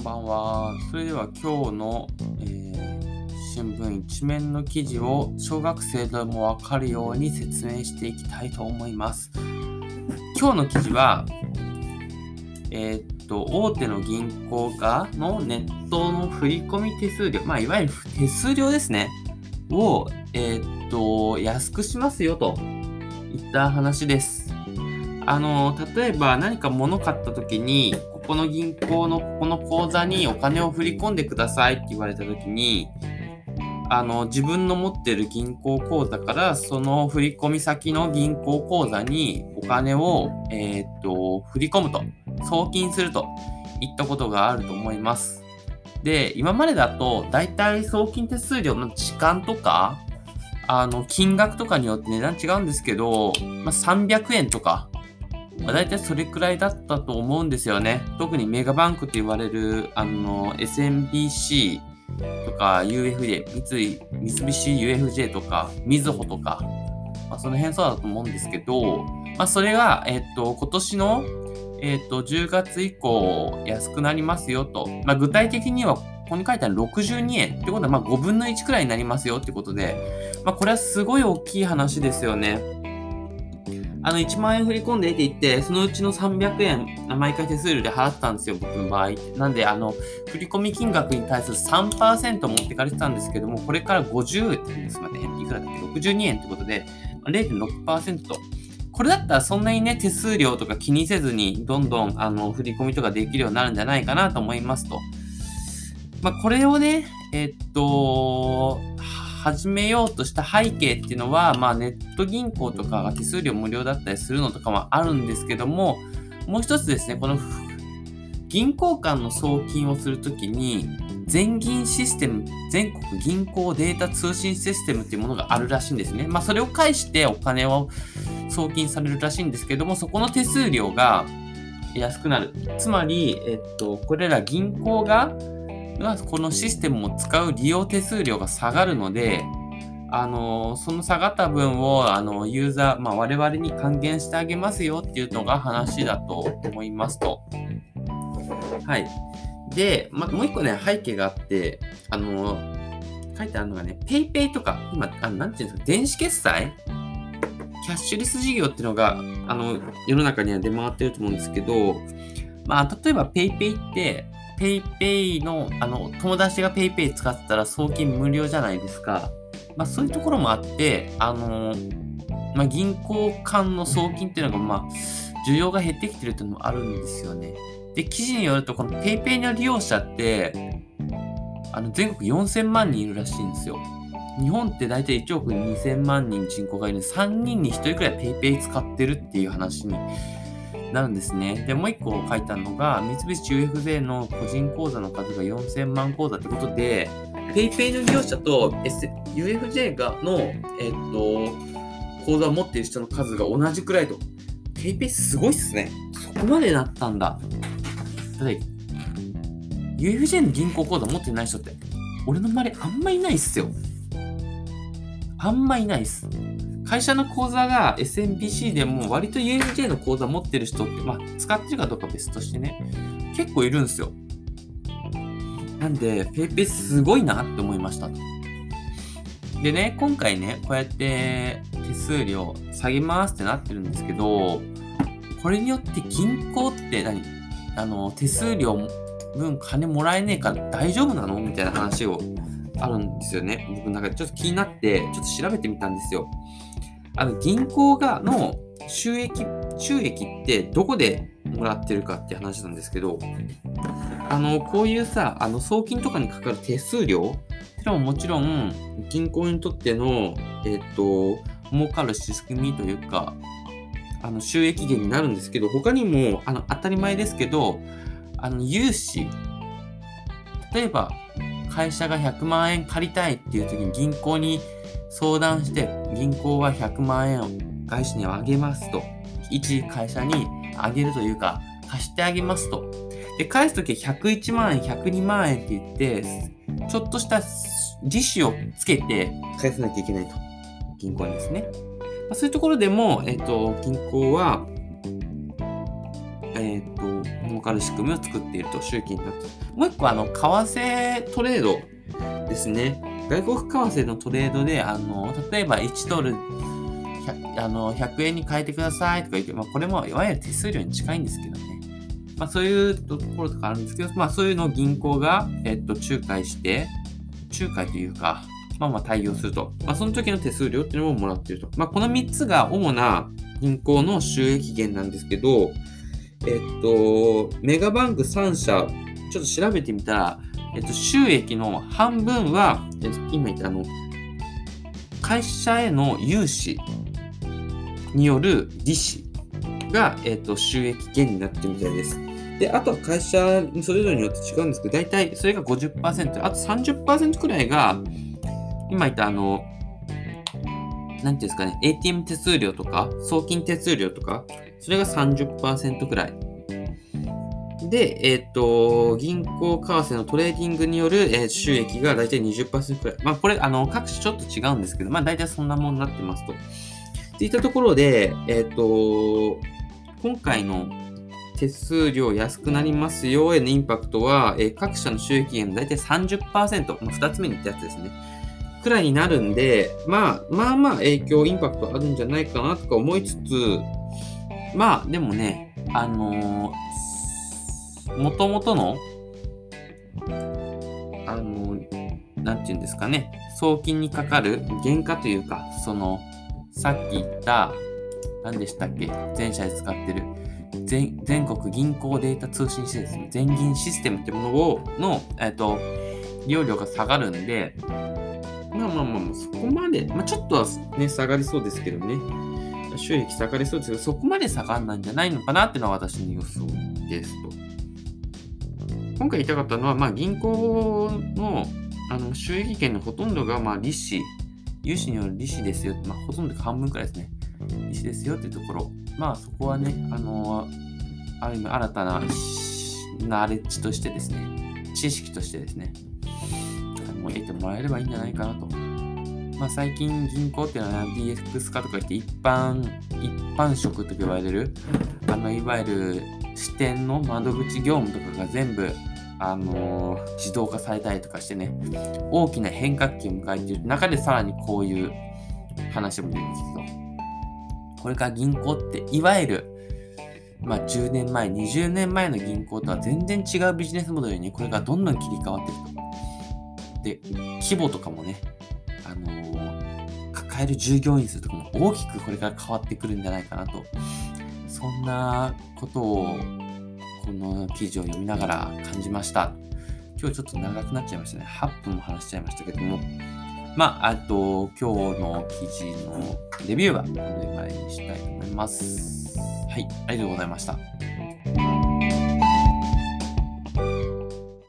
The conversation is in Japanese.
ばんは。それでは今日の、新聞一面の記事を小学生でもわかるように説明していきたいと思います。今日の記事は、大手の銀行のネットの振込手数料、いわゆる手数料ですね、を、安くしますよといった話です。例えば何か物買った時に、ここの銀行のここの口座にお金を振り込んでくださいって言われた時に、自分の持っている銀行口座からその振込先の銀行口座にお金を、振り込むと、送金するといったことがあると思います。で、今までだとだいたい送金手数料の時間とか、金額とかによって値段違うんですけど、300円とか、だいたいそれくらいだったと思うんですよね。特にメガバンクと言われるSMBC とか UFJ、三菱 UFJ とか、みずほとか、その辺そうだと思うんですけど、それが、今年の、10月以降安くなりますよと。具体的にはここに書いてある62円ってことは5分の1くらいになりますよってことで、これはすごい大きい話ですよね。1万円振り込んでって言って、そのうちの300円、毎回手数料で払ったんですよ、僕の場合。なんで、振込金額に対する 3% 持ってかれてたんですけども、これから50円、すみません、いくらだっけ、62円ってことで、0.6% と。これだったらそんなにね、手数料とか気にせずに、どんどん、振り込みとかできるようになるんじゃないかなと思いますと。これをね、始めようとした背景っていうのは、ネット銀行とかが手数料無料だったりするのとかもあるんですけども、もう一つですね、この銀行間の送金をするときに、全銀システム、全国銀行データ通信システムっていうものがあるらしいんですね。それを介してお金を送金されるらしいんですけども、そこの手数料が安くなる。つまり、これら銀行がこのシステムを使う利用手数料が下がるので、その下がった分をユーザー、我々に還元してあげますよっていうのが話だと思いますと。はい。で、もう一個ね、背景があって、書いてあるのがね、PayPay とか、今、なんていうんですか、電子決済キャッシュレス事業っていうのが、世の中には出回ってると思うんですけど、例えば PayPay って、PayPay の、友達が PayPay 使ってたら送金無料じゃないですか。そういうところもあって、銀行間の送金っていうのが、需要が減ってきてるっていうのもあるんですよね。で、記事によると、この PayPay の利用者って、全国4000万人いるらしいんですよ。日本って大体1億2000万人人口がいるので、3人に1人くらい PayPay 使ってるっていう話になるんですね。で、もう一個書いてあるのが、三菱 UFJ の個人口座の数が4000万口座ってことで、PayPay の利用者と、UFJ の、口座を持っている人の数が同じくらいと。PayPay すごいっすね。そこまでなったんだ。ただ、UFJ の銀行口座持ってない人って、俺の周りあんまいないっすよ。あんまいないっす。会社の口座が SMBC でも割と UFJ の口座持ってる人って、使ってるかどうか別としてね、結構いるんですよ。なんで、PayPay すごいなって思いましたと。でね、今回ね、こうやって手数料下げますってなってるんですけど、これによって銀行って手数料分金もらえねえから大丈夫なのみたいな話をあるんですよね。僕なんかちょっと気になって、ちょっと調べてみたんですよ。銀行の収益ってどこでもらってるかって話なんですけど、こういうさ、送金とかにかかる手数料ってのももちろん銀行にとっての、儲かる仕組みというか、収益源になるんですけど、他にも、当たり前ですけど、融資、例えば、会社が100万円借りたいっていう時に銀行に相談して、銀行は100万円を外資にあげますと。一会社にあげるというか、貸してあげますと。で、返すときは101万円、102万円って言って、ちょっとした利子をつけて返さなきゃいけないと。銀行にですね。そういうところでも、銀行は、 儲かる仕組みを作っていると、収益になっている。もう一個、為替トレードですね。外国為替のトレードで、例えば1ドル100円に変えてくださいとか言って、これもいわゆる手数料に近いんですけどね。そういうところとかあるんですけど、そういうのを銀行が、仲介というか、対応すると。その時の手数料っていうのももらっていると。この3つが主な銀行の収益源なんですけど、メガバンク3社、ちょっと調べてみたら、収益の半分は、今言った会社への融資による利子が、収益源になってるみたいです。で、あとは会社それぞれによって違うんですけど、大体それが 50%、あと 30% くらいが、今言ったなんていうんですかね、ATM 手数料とか、送金手数料とか、それが 30% くらい。で、銀行為替のトレーディングによる、収益が大体 20% くらい。これ、各種ちょっと違うんですけど、大体そんなものになってますと。っていったところで、今回の手数料安くなりますよへのインパクトは、各社の収益源の大体 30%、2つ目に言ったやつですね。くらいになるんで、影響、インパクトあるんじゃないかなとか思いつつ、でもね、元々の、なんていうんですかね、送金にかかる原価というか、さっき言った、何でしたっけ、全社で使ってる、全国銀行データ通信システム、全銀システムってものの、利用料が下がるんで、そこまで、ちょっとはね、下がりそうですけどね。収益下がりそうですけど、そこまで下がらないんじゃないのかなっていうのは私の予想ですと。今回言いたかったのは、銀行の、収益源のほとんどが、利子、融資による利子ですよ。ほとんど半分くらいですね。利子ですよっていうところ。そこはね、ある意味新たなナレッジとしてですね、知識としてですね、得てもらえればいいんじゃないかなと。最近銀行っていうのは DX 化とか言って一般職と呼ばれる、いわゆる支店の窓口業務とかが全部、自動化されたりとかしてね、大きな変革期を迎えている中でさらにこういう話も出てきてと。これから銀行っていわゆる、10年前、20年前の銀行とは全然違うビジネスモデルにこれからどんどん切り替わっていると。で、規模とかもね、抱える従業員数とかも大きくこれから変わってくるんじゃないかなと。そんなことをこの記事を読みながら感じました。今日ちょっと長くなっちゃいましたね。8分も話しちゃいましたけども。今日の記事のレビューはこれまでにしたいと思います。はい、ありがとうございました。